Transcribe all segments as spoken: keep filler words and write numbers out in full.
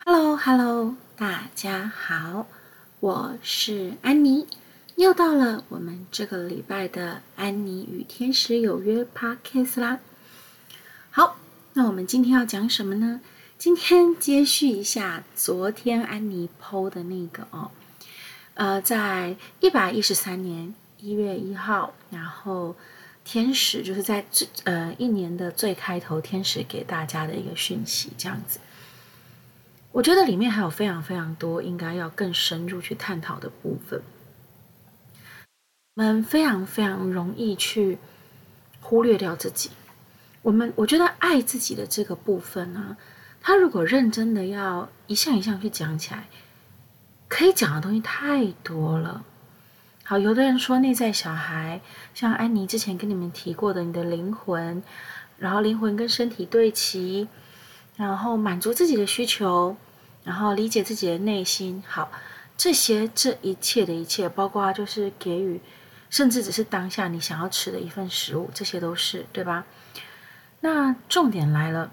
Hello Hello， 大家好，我是安妮，又到了我们这个礼拜的安妮与天使有约 Podcast 啦。好，那我们今天要讲什么呢？今天接续一下昨天安妮 po 的那个哦，呃，在一百一十三年一月一号，然后天使就是在最呃一年的最开头，天使给大家的一个讯息，这样子。我觉得里面还有非常非常多应该要更深入去探讨的部分。我们非常非常容易去忽略掉自己。我们我觉得爱自己的这个部分呢，他如果认真的要一项一项去讲起来，可以讲的东西太多了。好，有的人说内在小孩，像安妮之前跟你们提过的，你的灵魂，然后灵魂跟身体对齐，然后满足自己的需求，然后理解自己的内心。好，这些这一切的一切，包括就是给予，甚至只是当下你想要吃的一份食物，这些都是，对吧？那重点来了，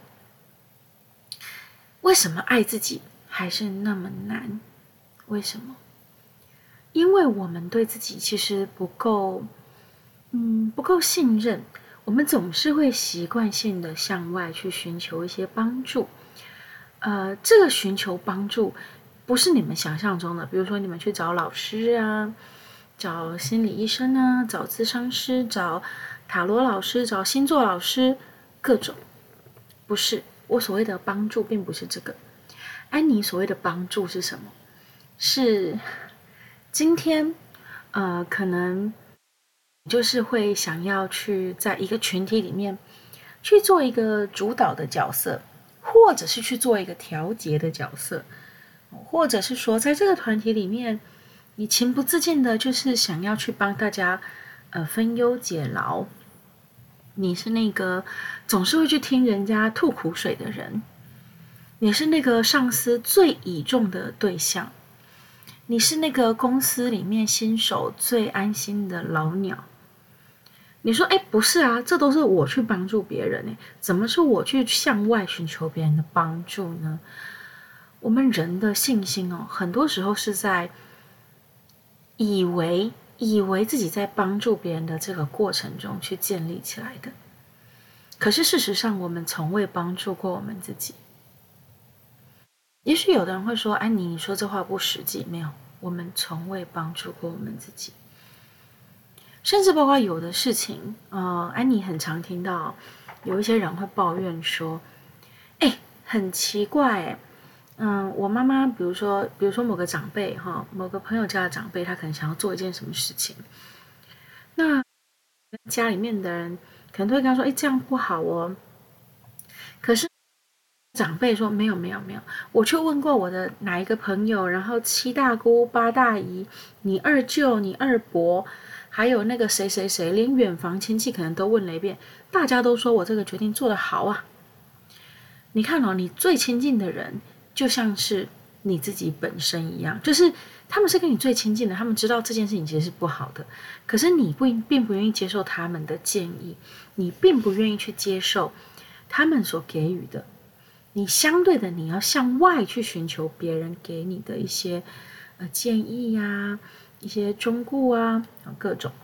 为什么爱自己还是那么难？为什么？因为我们对自己其实不够，嗯，不够信任，我们总是会习惯性的向外去寻求一些帮助。呃，这个寻求帮助不是你们想象中的，比如说你们去找老师啊，找心理医生啊，找咨商师，找塔罗老师，找星座老师，各种。不是，我所谓的帮助并不是这个。安妮所谓的帮助是什么？是今天，呃，可能就是会想要去在一个群体里面去做一个主导的角色，或者是去做一个调节的角色，或者是说在这个团体里面，你情不自禁的就是想要去帮大家，呃，分忧解劳。你是那个总是会去听人家吐苦水的人，你是那个上司最倚重的对象。你是那个公司里面新手最安心的老鸟。你说，哎，不是啊，这都是我去帮助别人哎，怎么是我去向外寻求别人的帮助呢？我们人的信心哦，很多时候是在以为以为自己在帮助别人的这个过程中去建立起来的。可是事实上，我们从未帮助过我们自己。也许有的人会说：“安妮，你说这话不实际。”没有，我们从未帮助过我们自己。甚至包括有的事情，呃，安妮很常听到有一些人会抱怨说：“哎，很奇怪，哎，嗯，我妈妈，比如说，比如说某个长辈哈，某个朋友家的长辈，他可能想要做一件什么事情，那家里面的人可能都会跟他说：‘哎，这样不好哦。’可是。”长辈说没有没有没有，我去问过我的哪一个朋友，然后七大姑八大姨，你二舅你二伯，还有那个谁谁谁，连远房亲戚可能都问了一遍，大家都说我这个决定做得好啊。你看哦，你最亲近的人就像是你自己本身一样，就是他们是跟你最亲近的，他们知道这件事情其实是不好的，可是你不并不愿意接受他们的建议，你并不愿意去接受他们所给予的。你相对的，你要向外去寻求别人给你的一些呃建议呀、啊，一些忠告啊，各种。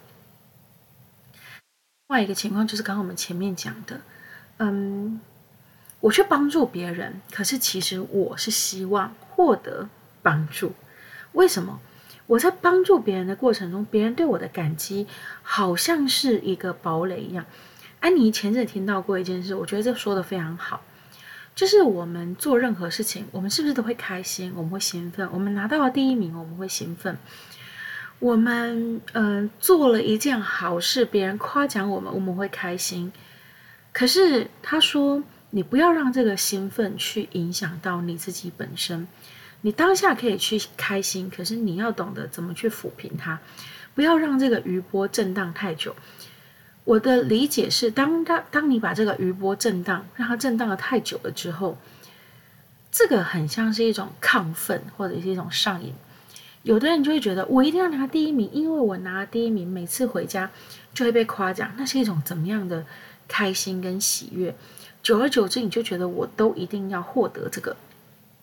另外一个情况就是刚刚我们前面讲的，嗯，我去帮助别人，可是其实我是希望获得帮助。为什么？我在帮助别人的过程中，别人对我的感激好像是一个堡垒一样。安妮前阵听到过一件事，我觉得这说的非常好。就是我们做任何事情，我们是不是都会开心？我们会兴奋。我们拿到了第一名，我们会兴奋。我们嗯、呃、做了一件好事，别人夸奖我们，我们会开心。可是他说，你不要让这个兴奋去影响到你自己本身。你当下可以去开心，可是你要懂得怎么去抚平它，不要让这个余波震荡太久。我的理解是，当他当你把这个余波震荡，让它震荡的太久了之后，这个很像是一种亢奋，或者是一种上瘾。有的人就会觉得，我一定要拿第一名，因为我拿第一名，每次回家就会被夸奖，那是一种怎么样的开心跟喜悦？久而久之，你就觉得我都一定要获得这个。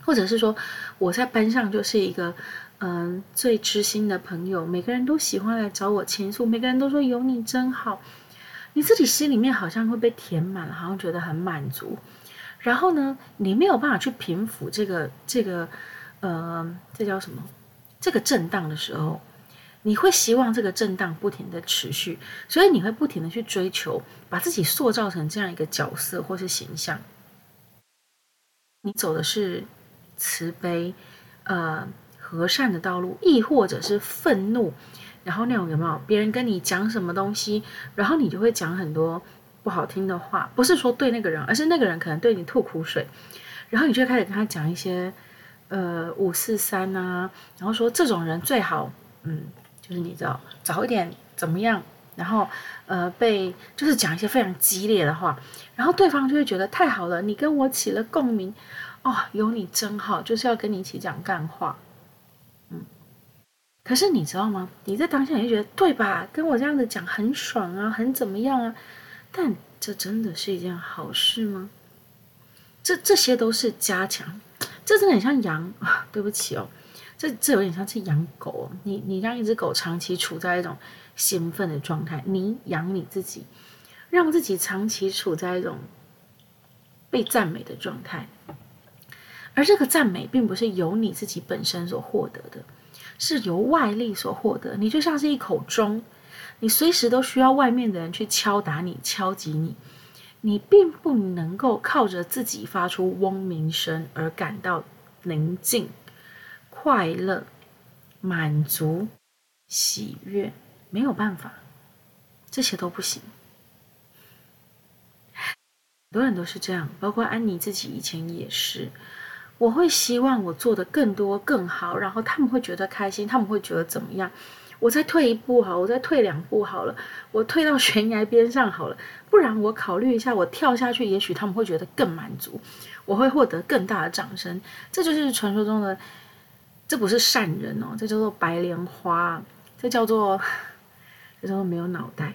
或者是说我在班上就是一个嗯最知心的朋友，每个人都喜欢来找我倾诉，每个人都说有你真好，你自己心里面好像会被填满了，好像觉得很满足。然后呢，你没有办法去平复这个这个呃这叫什么这个震荡的时候，你会希望这个震荡不停的持续，所以你会不停的去追求，把自己塑造成这样一个角色或是形象。你走的是慈悲、呃和善的道路，亦或者是愤怒，然后那种有没有别人跟你讲什么东西，然后你就会讲很多不好听的话，不是说对那个人，而是那个人可能对你吐苦水，然后你就开始跟他讲一些呃五四三啊，然后说这种人最好，嗯，就是你知道早一点怎么样，然后呃被就是讲一些非常激烈的话，然后对方就会觉得太好了，你跟我起了共鸣，哦，有你真好，就是要跟你一起讲干话，嗯。可是你知道吗？你在当下你就觉得对吧？跟我这样子讲很爽啊，很怎么样啊？但这真的是一件好事吗？这这些都是加强，这真的很像养，对不起哦，这这有点像是养狗哦。你你让一只狗长期处在一种兴奋的状态，你养你自己，让自己长期处在一种被赞美的状态，而这个赞美并不是由你自己本身所获得的，是由外力所获得。你就像是一口钟，你随时都需要外面的人去敲打你、敲击你。你并不能够靠着自己发出嗡鸣声而感到宁静、快乐、满足、喜悦，没有办法，这些都不行。很多人都是这样，包括安妮自己以前也是。我会希望我做的更多、更好，然后他们会觉得开心，他们会觉得怎么样？我再退一步好，我再退两步好了，我退到悬崖边上好了，不然我考虑一下，我跳下去，也许他们会觉得更满足，我会获得更大的掌声。这就是传说中的，这不是善人哦，这叫做白莲花，这叫做，这叫做没有脑袋。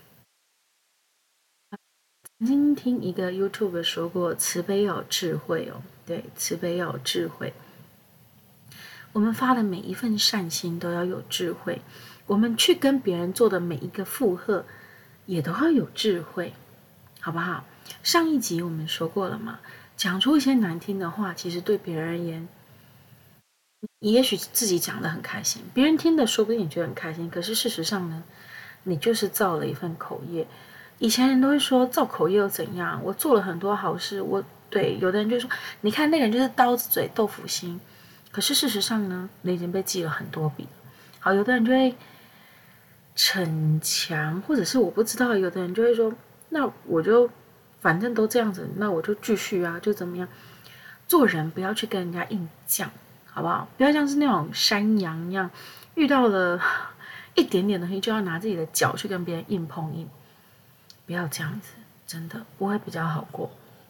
曾经听一个 YouTube 说过，慈悲要有智慧哦，对，慈悲要有智慧。我们发的每一份善心都要有智慧，我们去跟别人做的每一个附和，也都要有智慧，好不好？上一集我们说过了嘛，讲出一些难听的话，其实对别人而言，你也许自己讲的很开心，别人听的说不定也觉得很开心，可是事实上呢，你就是造了一份口业。以前人都会说造口业又怎样？我做了很多好事，我对有的人就说，你看那个人就是刀子嘴豆腐心。可是事实上呢，你已经被记了很多笔。好，有的人就会逞强，或者是我不知道，有的人就会说，那我就反正都这样子，那我就继续啊，就怎么样？做人不要去跟人家硬犟，好不好？不要像是那种山羊一样，遇到了一点点东西就要拿自己的脚去跟别人硬碰硬，不要这样子，真的不会比较好过。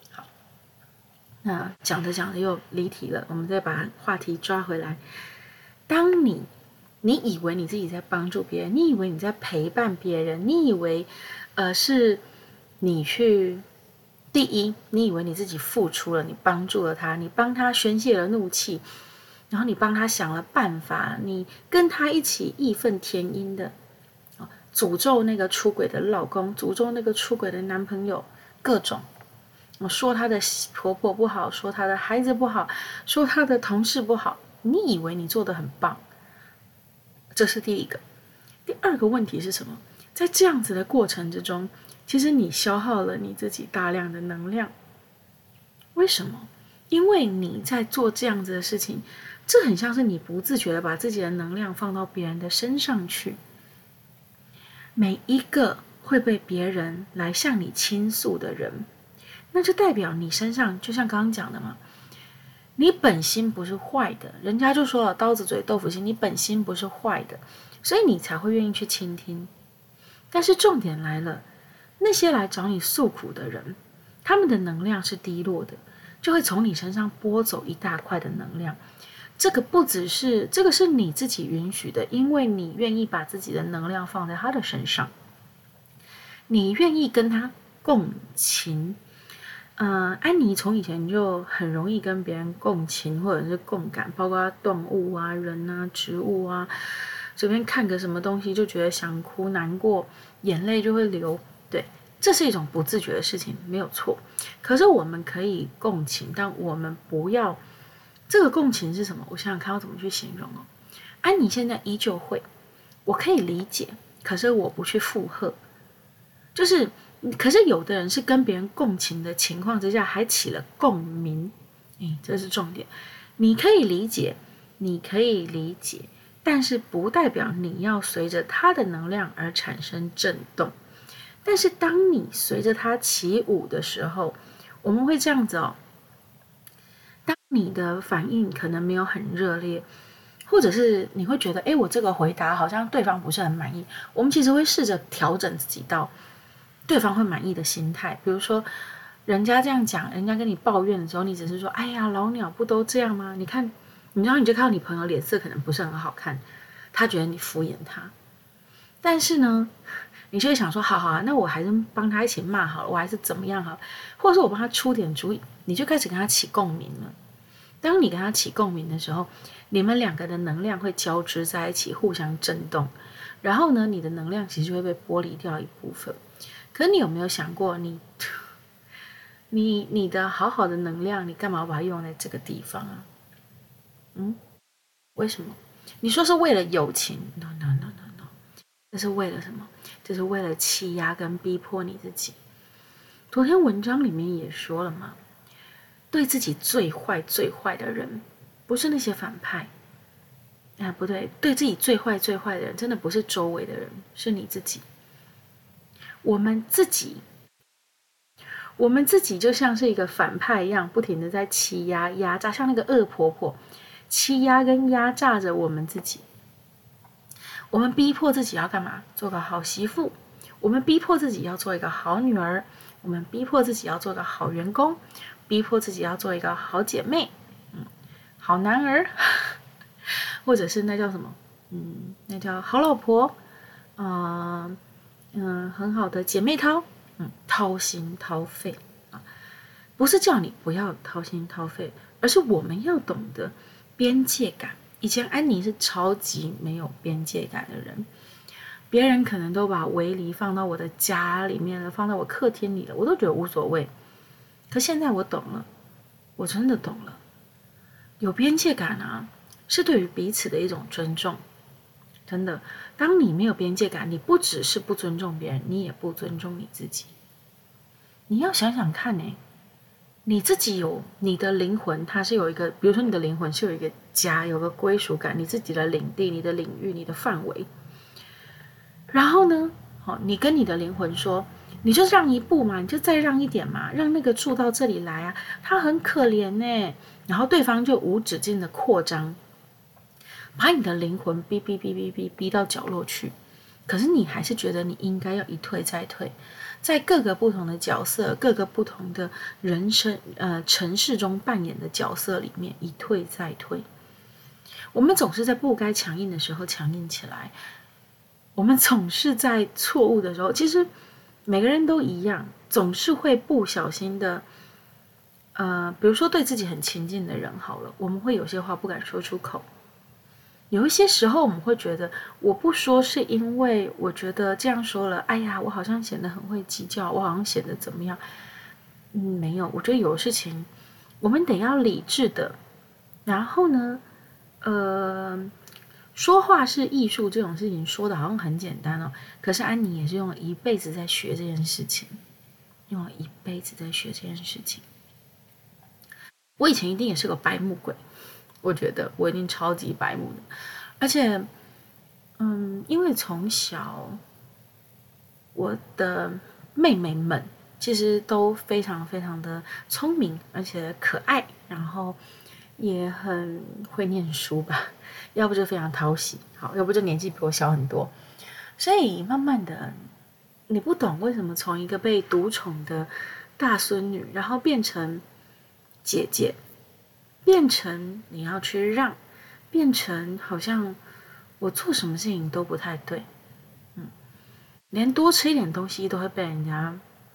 那讲着讲着又离题了，我们再把话题抓回来。当你你以为你自己在帮助别人，你以为你在陪伴别人，你以为呃是你去第一，你以为你自己付出了，你帮助了他，你帮他宣泄了怒气，然后你帮他想了办法，你跟他一起义愤填膺的诅咒那个出轨的老公，诅咒那个出轨的男朋友，各种。我说她的婆婆不好，说她的孩子不好，说她的同事不好，你以为你做的很棒，这是第一个。第二个问题是什么？在这样子的过程之中，其实你消耗了你自己大量的能量。为什么？因为你在做这样子的事情，这很像是你不自觉的把自己的能量放到别人的身上去。每一个会被别人来向你倾诉的人，那就代表你身上就像刚刚讲的嘛，你本心不是坏的，人家就说了刀子嘴豆腐心，你本心不是坏的，所以你才会愿意去倾听。但是重点来了，那些来找你诉苦的人，他们的能量是低落的，就会从你身上拨走一大块的能量。这个不只是，这个是你自己允许的，因为你愿意把自己的能量放在他的身上，你愿意跟他共情。 嗯、呃，安妮从以前就很容易跟别人共情或者是共感，包括动物啊、人啊、植物啊，随便看个什么东西就觉得想哭、难过，眼泪就会流。对，这是一种不自觉的事情，没有错。可是我们可以共情，但我们不要。这个共情是什么？我想想看要怎么去形容哦。安妮现在依旧会，我可以理解，可是我不去附和。就是，可是有的人是跟别人共情的情况之下，还起了共鸣，哎，这是重点。你可以理解，你可以理解，但是不代表你要随着他的能量而产生震动。但是当你随着他起舞的时候，我们会这样子哦。当你的反应可能没有很热烈，或者是你会觉得，哎，我这个回答好像对方不是很满意，我们其实会试着调整自己到对方会满意的心态。比如说，人家这样讲，人家跟你抱怨的时候，你只是说，哎呀，老鸟不都这样吗？你看，然后你就看到你朋友脸色可能不是很好看，他觉得你敷衍他，但是呢，你就会想说，好好啊，那我还是帮他一起骂好了，我还是怎么样好了，或者说我帮他出点主意，你就开始跟他起共鸣了。当你跟他起共鸣的时候，你们两个的能量会交织在一起，互相震动。然后呢，你的能量其实就会被剥离掉一部分。可是你有没有想过你，你你的好好的能量，你干嘛把它用在这个地方啊？嗯，为什么？你说是为了友情 ？No No No No No，这是为了什么？这是为了欺压跟逼迫你自己。昨天文章里面也说了嘛，对自己最坏最坏的人，不是那些反派。啊，不对，对自己最坏最坏的人，真的不是周围的人，是你自己。我们自己，我们自己就像是一个反派一样，不停的在欺压、压榨，像那个恶婆婆，欺压跟压榨着我们自己。我们逼迫自己要干嘛？做个好媳妇。我们逼迫自己要做一个好女儿。我们逼迫自己要做个好员工，逼迫自己要做一个好姐妹，嗯，好男儿，或者是那叫什么？嗯，那叫好老婆，嗯、呃、嗯，很好的姐妹淘，嗯，掏心掏肺啊，不是叫你不要掏心掏肺，而是我们要懂得边界感。以前安妮是超级没有边界感的人，别人可能都把围篱放到我的家里面了，放到我客厅里了，我都觉得无所谓。可现在我懂了，我真的懂了，有边界感啊，是对于彼此的一种尊重。真的，当你没有边界感，你不只是不尊重别人，你也不尊重你自己。你要想想看呢，你自己有你的灵魂，它是有一个，比如说你的灵魂是有一个家，有个归属感，你自己的领地、你的领域、你的范围。然后呢，好，你跟你的灵魂说，你就让一步嘛，你就再让一点嘛，让那个住到这里来啊，他很可怜呢。然后对方就无止境的扩张，把你的灵魂逼逼逼逼逼逼到角落去。可是你还是觉得你应该要一退再退，在各个不同的角色、各个不同的人生呃城市中扮演的角色里面一退再退。我们总是在不该强硬的时候强硬起来，我们总是在错误的时候，其实每个人都一样，总是会不小心的，呃，比如说对自己很亲近的人好了，我们会有些话不敢说出口。有一些时候我们会觉得，我不说是因为我觉得这样说了，哎呀，我好像显得很会计较，我好像显得怎么样？嗯，没有，我觉得有的事情我们得要理智的。然后呢，呃，说话是艺术这种事情说的好像很简单哦，可是安妮也是用了一辈子在学这件事情，用了一辈子在学这件事情。我以前一定也是个白目鬼。我觉得我一定超级白目的，而且，嗯，因为从小我的妹妹们其实都非常非常的聪明，而且可爱，然后也很会念书吧，要不就非常讨喜，好，要不就年纪比我小很多，所以慢慢的，你不懂为什么从一个被独宠的大孙女，然后变成姐姐。变成你要去让，变成好像我做什么事情都不太对，嗯，连多吃一点东西都会被人家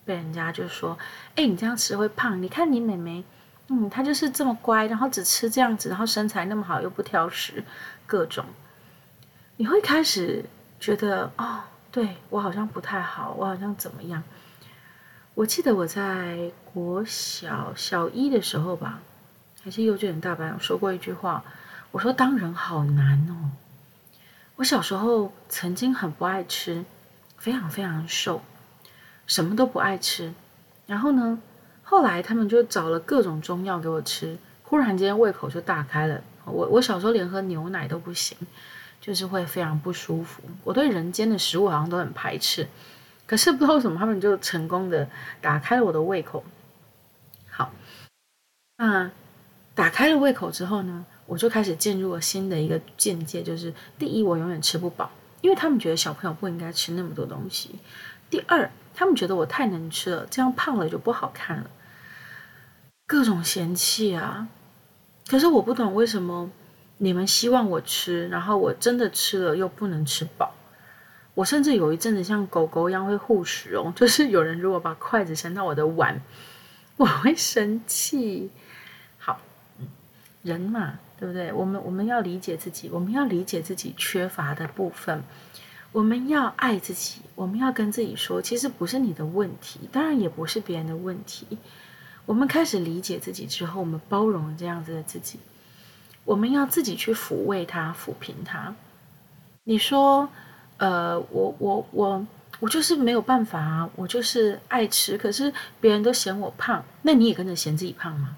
被人家就说，哎，你这样吃会胖，你看你妹妹，嗯，她就是这么乖，然后只吃这样子，然后身材那么好，又不挑食，各种，你会开始觉得，哦，对，我好像不太好，我好像怎么样。我记得我在国小小一的时候吧，还是幼稚园大班，我说过一句话，我说当人好难哦。我小时候曾经很不爱吃，非常非常瘦，什么都不爱吃。然后呢，后来他们就找了各种中药给我吃，忽然间胃口就大开了。我我小时候连喝牛奶都不行，就是会非常不舒服。我对人间的食物好像都很排斥，可是不知道为什么他们就成功的打开了我的胃口。好，那打开了胃口之后呢，我就开始进入了新的一个境界，就是第一，我永远吃不饱，因为他们觉得小朋友不应该吃那么多东西；第二，他们觉得我太能吃了，这样胖了就不好看了，各种嫌弃啊。可是我不懂为什么你们希望我吃，然后我真的吃了又不能吃饱。我甚至有一阵子像狗狗一样会护食哦，就是有人如果把筷子伸到我的碗，我会生气。好，人嘛，对不对？我们我们要理解自己，我们要理解自己缺乏的部分，我们要爱自己，我们要跟自己说，其实不是你的问题，当然也不是别人的问题。我们开始理解自己之后，我们包容了这样子的自己，我们要自己去抚慰它、抚平它。你说，呃，我我我我就是没有办法啊，我就是爱吃，可是别人都嫌我胖，那你也跟着嫌自己胖吗？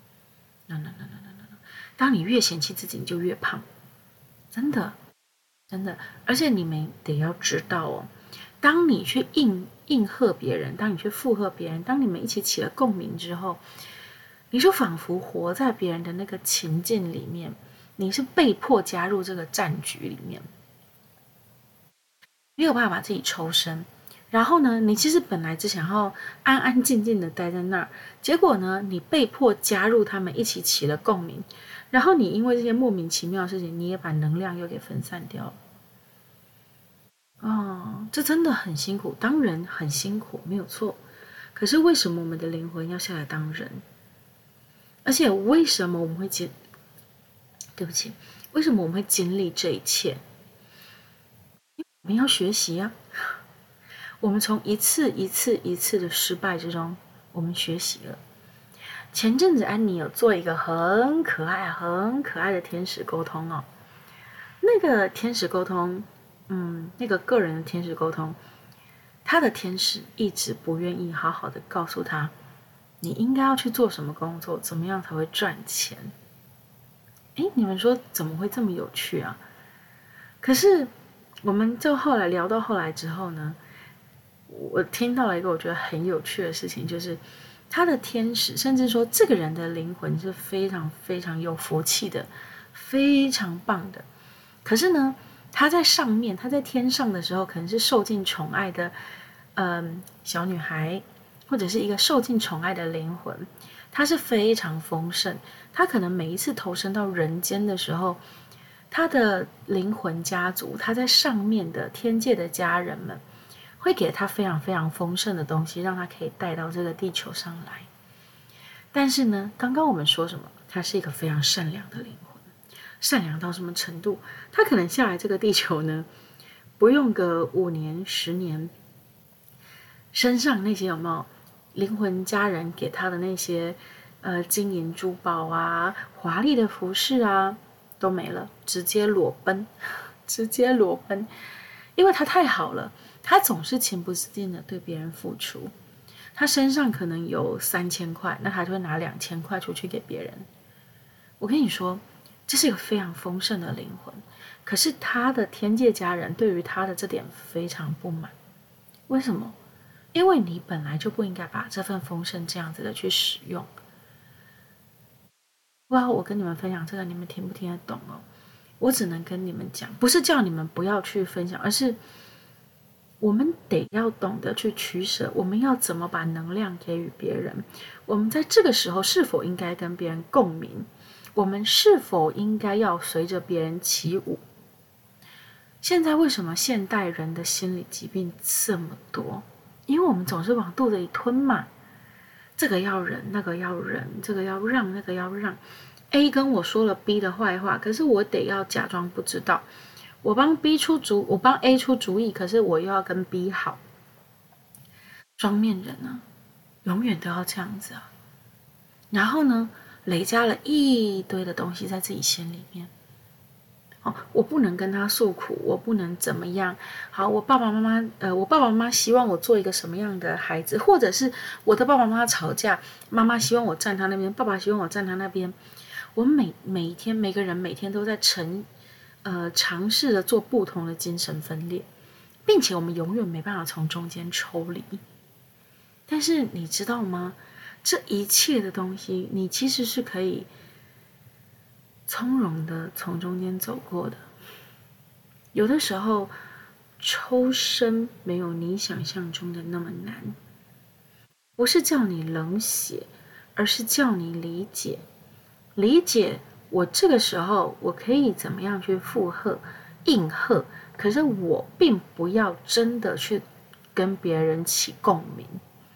No no no no no no。当你越嫌弃自己，你就越胖，真的真的。而且你们得要知道哦，当你去应应和别人，当你去附和别人，当你们一起起了共鸣之后，你就仿佛活在别人的那个情境里面，你是被迫加入这个战局里面，没有办法把自己抽身。然后呢，你其实本来只想要安安静静的待在那儿，结果呢，你被迫加入他们一起起了共鸣，然后你因为这些莫名其妙的事情，你也把能量又给分散掉了。哦，这真的很辛苦，当人很辛苦，没有错。可是为什么我们的灵魂要下来当人？而且为什么我们会经？对不起，为什么我们会经历这一切？我们要学习啊！我们从一次一次一次的失败之中，我们学习了。前阵子安妮有做一个很可爱、很可爱的天使沟通哦。那个天使沟通，嗯，那个个人的天使沟通，他的天使一直不愿意好好的告诉他，你应该要去做什么工作，怎么样才会赚钱。诶，你们说怎么会这么有趣啊？可是我们就后来聊到后来之后呢，我听到了一个我觉得很有趣的事情，就是他的天使，甚至说这个人的灵魂是非常非常有福气的，非常棒的。可是呢，他在上面，他在天上的时候，可能是受尽宠爱的，嗯，小女孩，或者是一个受尽宠爱的灵魂，他是非常丰盛。他可能每一次投身到人间的时候，他的灵魂家族，他在上面的天界的家人们，会给他非常非常丰盛的东西，让他可以带到这个地球上来。但是呢，刚刚我们说什么？他是一个非常善良的灵魂，善良到什么程度？他可能下来这个地球呢，不用个五年、十年，身上那些有没有灵魂家人给他的那些呃金银珠宝啊、华丽的服饰啊，都没了，直接裸奔，直接裸奔，因为他太好了。他总是情不自禁的对别人付出，他身上可能有三千块，那他就会拿两千块出去给别人。我跟你说，这是一个非常丰盛的灵魂，可是他的天界家人对于他的这点非常不满。为什么？因为你本来就不应该把这份丰盛这样子的去使用。哇，我跟你们分享这个，你们听不听得懂哦？我只能跟你们讲，不是叫你们不要去分享，而是我们得要懂得去取舍，我们要怎么把能量给予别人？我们在这个时候是否应该跟别人共鸣？我们是否应该要随着别人起舞？现在为什么现代人的心理疾病这么多？ 因为我们总是往肚子里吞嘛，这个要忍，那个要忍，这个要让，那个要让。A 跟我说了 B 的坏话，可是我得要假装不知道。我帮 B 出主，我帮 A 出主意，可是我又要跟 B 好，双面人啊，永远都要这样子啊。然后呢，累加了一堆的东西在自己心里面。哦，我不能跟他诉苦，我不能怎么样。好，我爸爸妈妈，呃，我爸爸妈妈希望我做一个什么样的孩子，或者是我的爸爸妈妈吵架，妈妈希望我站他那边，爸爸希望我站他那边。我每每一天，每个人每天都在成，呃，尝试着做不同的精神分裂，并且我们永远没办法从中间抽离。但是你知道吗？这一切的东西，你其实是可以从容的从中间走过的。有的时候抽身没有你想象中的那么难，不是叫你冷血，而是叫你理解，理解我这个时候我可以怎么样去附和应和，可是我并不要真的去跟别人起共鸣。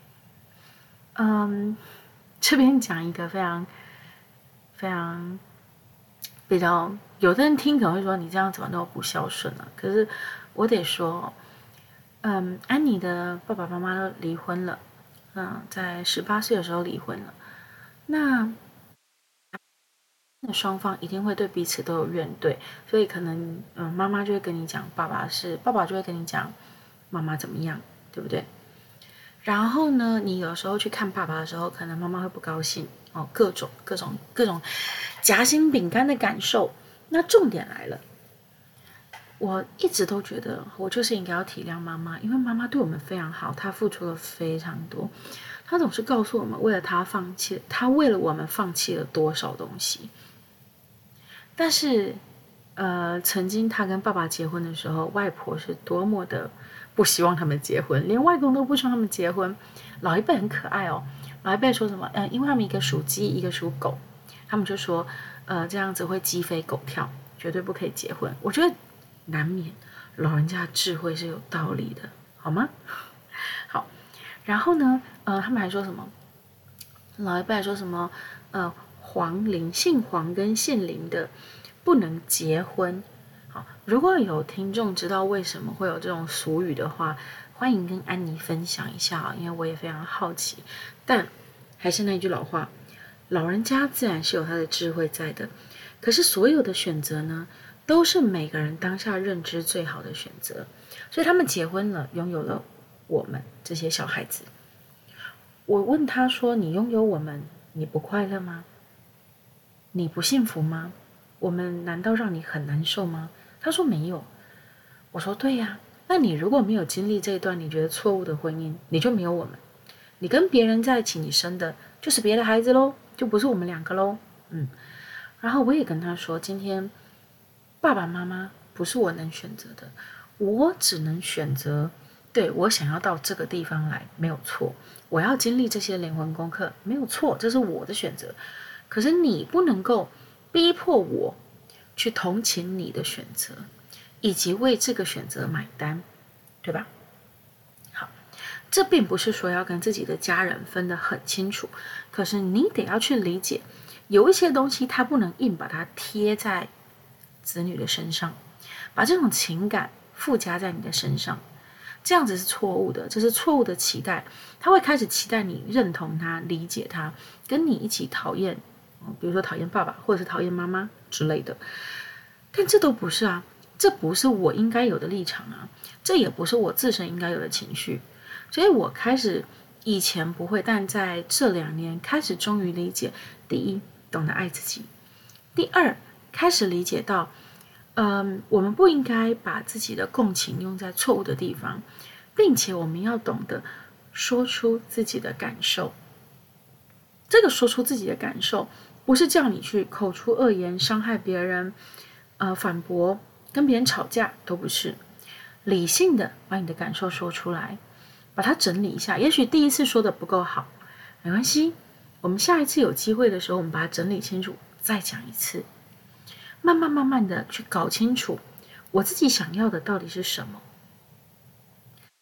嗯，这边讲一个非常非常比较，有的人听可能会说你这样怎么那么不孝顺啊？可是我得说，嗯，安妮的爸爸妈妈都离婚了，嗯，在十八岁的时候离婚了。那那双方一定会对彼此都有怨怼，所以可能嗯，妈妈就会跟你讲爸爸是，爸爸就会跟你讲妈妈怎么样，对不对？然后呢，你有时候去看爸爸的时候，可能妈妈会不高兴哦，各种各种各种夹心饼干的感受。那重点来了，我一直都觉得我就是应该要体谅妈妈，因为妈妈对我们非常好，她付出了非常多，她总是告诉我们，为了她放弃，她为了我们放弃了多少东西。但是，呃，曾经她跟爸爸结婚的时候，外婆是多么的不希望他们结婚，连外公都不希望他们结婚。老一辈很可爱哦，老一辈说什么？呃，因为他们一个属鸡，一个属狗，他们就说，呃，这样子会鸡飞狗跳，绝对不可以结婚。我觉得难免，老人家的智慧是有道理的，好吗？好，然后呢，呃，他们还说什么？老一辈还说什么？呃，黄龄姓黄跟姓林的不能结婚。好，如果有听众知道为什么会有这种俗语的话，欢迎跟安妮分享一下，因为我也非常好奇。但还是那句老话，老人家自然是有他的智慧在的，可是所有的选择呢，都是每个人当下认知最好的选择。所以他们结婚了，拥有了我们这些小孩子。我问他说：“你拥有我们，你不快乐吗？你不幸福吗？我们难道让你很难受吗？”他说：“没有。”我说：“对呀，那你如果没有经历这一段你觉得错误的婚姻，你就没有我们。你跟别人在一起，你生的就是别的孩子喽，就不是我们两个喽。”嗯，然后我也跟他说：“今天爸爸妈妈不是我能选择的，我只能选择。对，我想要到这个地方来，没有错。我要经历这些灵魂功课，没有错，这是我的选择。可是你不能够逼迫我去同情你的选择，以及为这个选择买单，对吧？好，这并不是说要跟自己的家人分得很清楚，可是你得要去理解，有一些东西它不能硬把它贴在子女的身上，把这种情感附加在你的身上。这样子是错误的，这是错误的期待。他会开始期待你认同他、理解他，跟你一起讨厌，比如说讨厌爸爸，或者是讨厌妈妈之类的。但这都不是啊，这不是我应该有的立场啊，这也不是我自身应该有的情绪。所以我开始以前不会，但在这两年开始终于理解：第一，懂得爱自己；第二，开始理解到。嗯，我们不应该把自己的共情用在错误的地方，并且我们要懂得说出自己的感受。这个说出自己的感受，不是叫你去口出恶言、伤害别人、呃反驳、跟别人吵架，都不是。理性的把你的感受说出来，把它整理一下。也许第一次说的不够好，没关系，我们下一次有机会的时候，我们把它整理清楚，再讲一次。慢慢慢慢的去搞清楚我自己想要的到底是什么。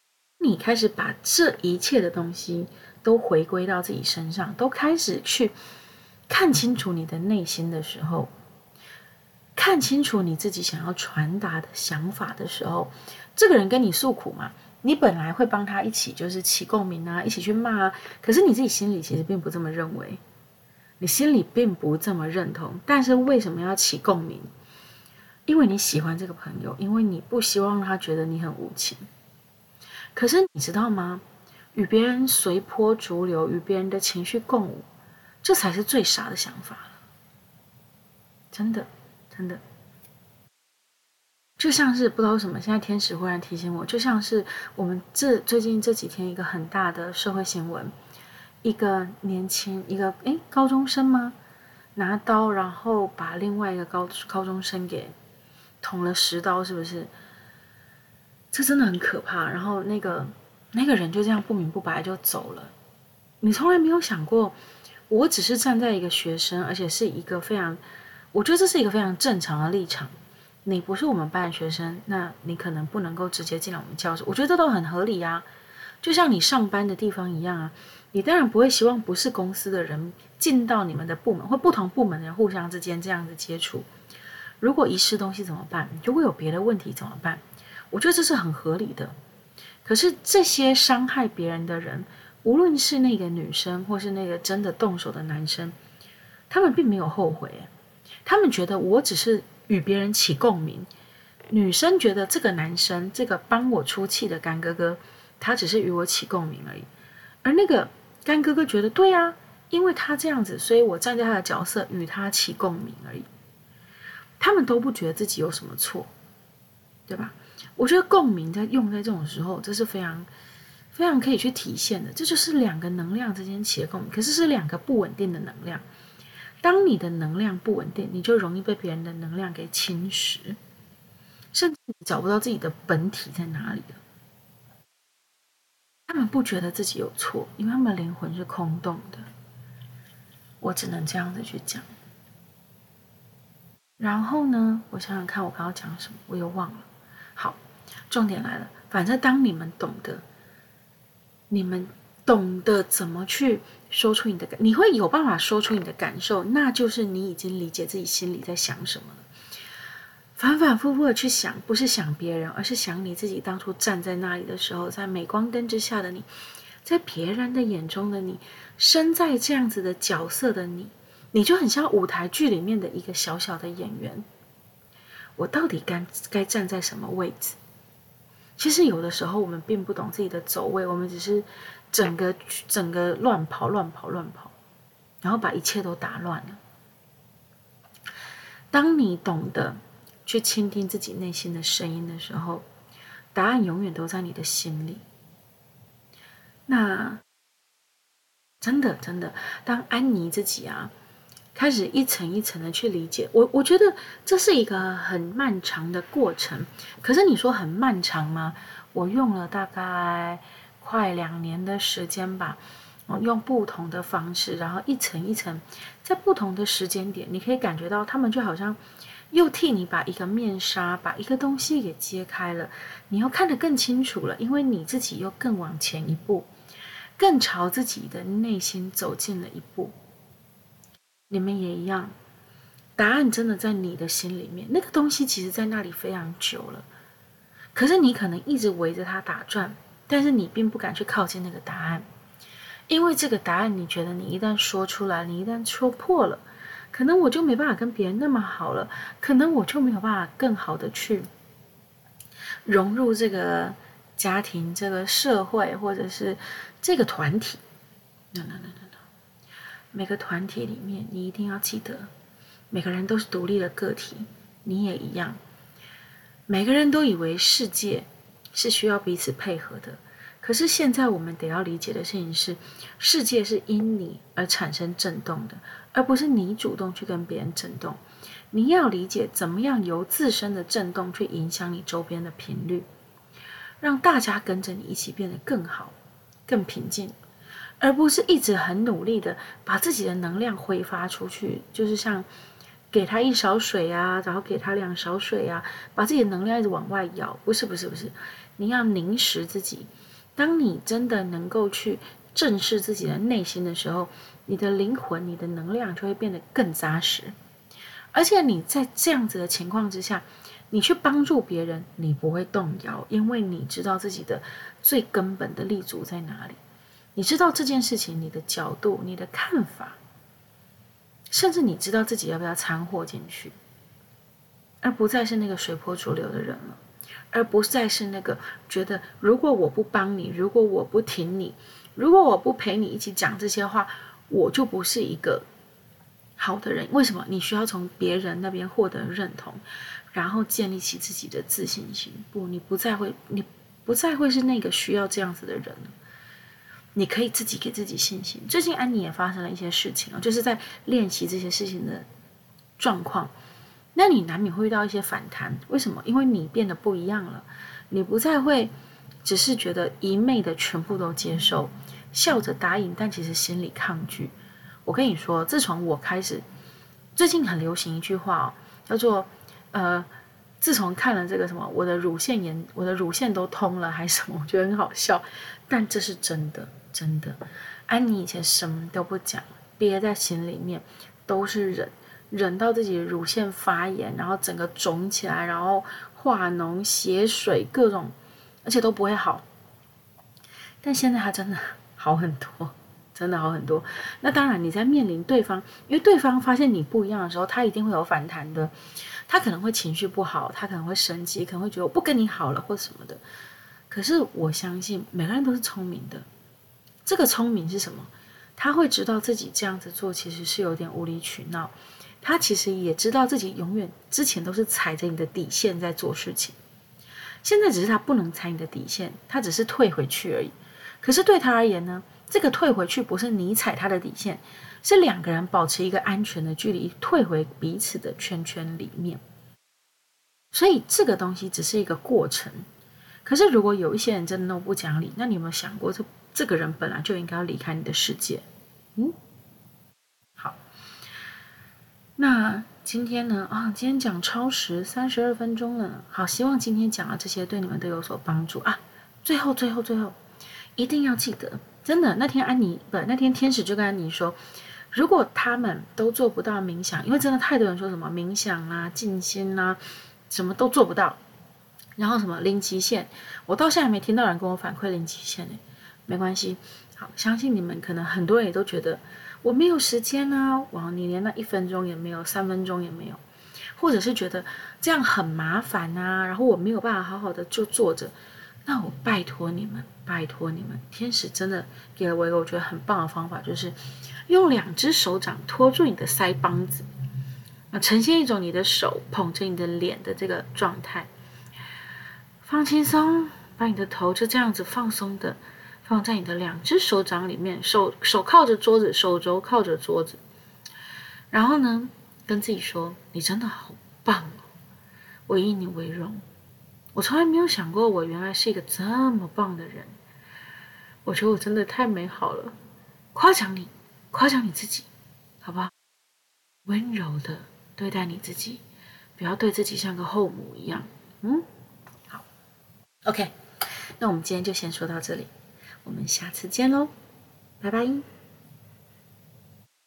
你开始把这一切的东西都回归到自己身上，都开始去看清楚你的内心的时候，看清楚你自己想要传达的想法的时候，这个人跟你诉苦嘛，你本来会帮他一起就是起共鸣啊，一起去骂啊，可是你自己心里其实并不这么认为，你心里并不这么认同，但是为什么要起共鸣？因为你喜欢这个朋友，因为你不希望他觉得你很无情。可是你知道吗？与别人随波逐流，与别人的情绪共舞，这才是最傻的想法了。真的，真的。就像是不知道为什么，现在天使忽然提醒我，就像是我们这最近这几天一个很大的社会新闻，一个年轻一个诶高中生吗？拿刀然后把另外一个高高中生给捅了十刀，是不是？这真的很可怕。然后那个那个人就这样不明不白就走了。你从来没有想过，我只是站在一个学生，而且是一个非常，我觉得这是一个非常正常的立场。你不是我们班的学生，那你可能不能够直接进来我们教室，我觉得这都很合理啊。就像你上班的地方一样啊，你当然不会希望不是公司的人进到你们的部门，或不同部门的人互相之间这样子接触。如果遗失东西怎么办？如果有别的问题怎么办？我觉得这是很合理的。可是这些伤害别人的人，无论是那个女生，或是那个真的动手的男生，他们并没有后悔，他们觉得我只是与别人起共鸣。女生觉得这个男生，这个帮我出气的干哥哥，他只是与我起共鸣而已。而那个干哥哥觉得，对啊，因为他这样子，所以我站在他的角色与他起共鸣而已。他们都不觉得自己有什么错，对吧？我觉得共鸣在用在这种时候，这是非常非常可以去体现的。这就是两个能量之间起的共鸣，可是是两个不稳定的能量。当你的能量不稳定，你就容易被别人的能量给侵蚀，甚至你找不到自己的本体在哪里了。他们不觉得自己有错，因为他们的灵魂是空洞的。我只能这样子去讲。然后呢，我想想看，我刚刚讲什么，我又忘了。好，重点来了。反正当你们懂得，你们懂得怎么去说出你的感，你会有办法说出你的感受，那就是你已经理解自己心里在想什么了。反反复复的去想，不是想别人，而是想你自己当初站在那里的时候，在镁光灯之下的你，在别人的眼中的你，身在这样子的角色的你，你就很像舞台剧里面的一个小小的演员。我到底该该站在什么位置？其实有的时候我们并不懂自己的走位，我们只是整个整个乱跑乱跑乱跑，然后把一切都打乱了。当你懂得去倾听自己内心的声音的时候，答案永远都在你的心里。那真的真的，当安妮自己啊，开始一层一层的去理解，我我觉得这是一个很漫长的过程。可是你说很漫长吗？我用了大概快两年的时间吧，用不同的方式，然后一层一层，在不同的时间点，你可以感觉到他们就好像又替你把一个面纱，把一个东西给揭开了，你又看得更清楚了，因为你自己又更往前一步，更朝自己的内心走近了一步。你们也一样，答案真的在你的心里面，那个东西其实在那里非常久了，可是你可能一直围着它打转，但是你并不敢去靠近那个答案，因为这个答案你觉得你一旦说出来，你一旦说破了，可能我就没办法跟别人那么好了，可能我就没有办法更好的去融入这个家庭、这个社会，或者是这个团体。no no no no no，每个团体里面，你一定要记得，每个人都是独立的个体，你也一样。每个人都以为世界是需要彼此配合的，可是现在我们得要理解的事情是，世界是因你而产生震动的，而不是你主动去跟别人震动。你要理解怎么样由自身的震动去影响你周边的频率，让大家跟着你一起变得更好、更平静，而不是一直很努力的把自己的能量挥发出去，就是像给他一勺水啊，然后给他两勺水啊，把自己的能量一直往外舀。不是不是不是，你要凝实自己， 当你真的能够去正视自己的内心的时候，你的灵魂、你的能量就会变得更扎实。而且你在这样子的情况之下，你去帮助别人，你不会动摇，因为你知道自己的最根本的立足在哪里，你知道这件事情你的角度、你的看法，甚至你知道自己要不要掺和进去，而不再是那个随波逐流的人了，而不再是那个觉得如果我不帮你，如果我不挺你，如果我不陪你一起讲这些话，我就不是一个好的人。为什么？你需要从别人那边获得认同，然后建立起自己的自信心。不，你不再会，你不再会是那个需要这样子的人了。你可以自己给自己信心。最近安妮也发生了一些事情，就是在练习这些事情的状况，那你难免会遇到一些反弹。为什么？因为你变得不一样了，你不再会只是觉得一昧的全部都接受，笑着答应，但其实心里抗拒。我跟你说，自从我开始，最近很流行一句话哦，叫做呃，自从看了这个什么，我的乳腺炎，我的乳腺都通了，还是什么，我觉得很好笑，但这是真的。真的，安妮以前什么都不讲，憋在心里面，都是忍，忍到自己的乳腺发炎，然后整个肿起来，然后化脓、血水各种，而且都不会好。但现在她真的好很多，真的好很多。那当然，你在面临对方，因为对方发现你不一样的时候，他一定会有反弹的，他可能会情绪不好，他可能会生气，可能会觉得我不跟你好了或什么的。可是我相信每个人都是聪明的。这个聪明是什么？他会知道自己这样子做其实是有点无理取闹，他其实也知道自己永远之前都是踩着你的底线在做事情，现在只是他不能踩你的底线，他只是退回去而已。可是对他而言呢，这个退回去不是你踩他的底线，是两个人保持一个安全的距离，退回彼此的圈圈里面。所以这个东西只是一个过程。可是如果有一些人真的那么不讲理，那你有没有想过这这个人本来就应该要离开你的世界？嗯，好，那今天呢？啊，今天讲超时三十二分钟了。好，希望今天讲的这些对你们都有所帮助啊。最后，最后，最后，一定要记得，真的，那天安妮不，那天天使就跟安妮说，如果他们都做不到冥想，因为真的太多人说什么冥想啊、静心啊，什么都做不到，然后什么零极限，我到现在没听到人跟我反馈零极限呢。没关系，好，相信你们可能很多人也都觉得我没有时间啊，哇，你连那一分钟也没有，三分钟也没有，或者是觉得这样很麻烦啊，然后我没有办法好好的就坐着，那我拜托你们，拜托你们，天使真的给了我一个我觉得很棒的方法，就是用两只手掌托住你的腮帮子，啊，呈现一种你的手捧着你的脸的这个状态，放轻松，把你的头就这样子放松的放在你的两只手掌里面，手手靠着桌子，手肘靠着桌子。然后呢，跟自己说：“你真的好棒哦，我以你为荣。我从来没有想过，我原来是一个这么棒的人。我觉得我真的太美好了，夸奖你，夸奖你自己，好不好？温柔的对待你自己，不要对自己像个后母一样。嗯，好 ，OK，那我们今天就先说到这里。”我们下次见喽，拜拜。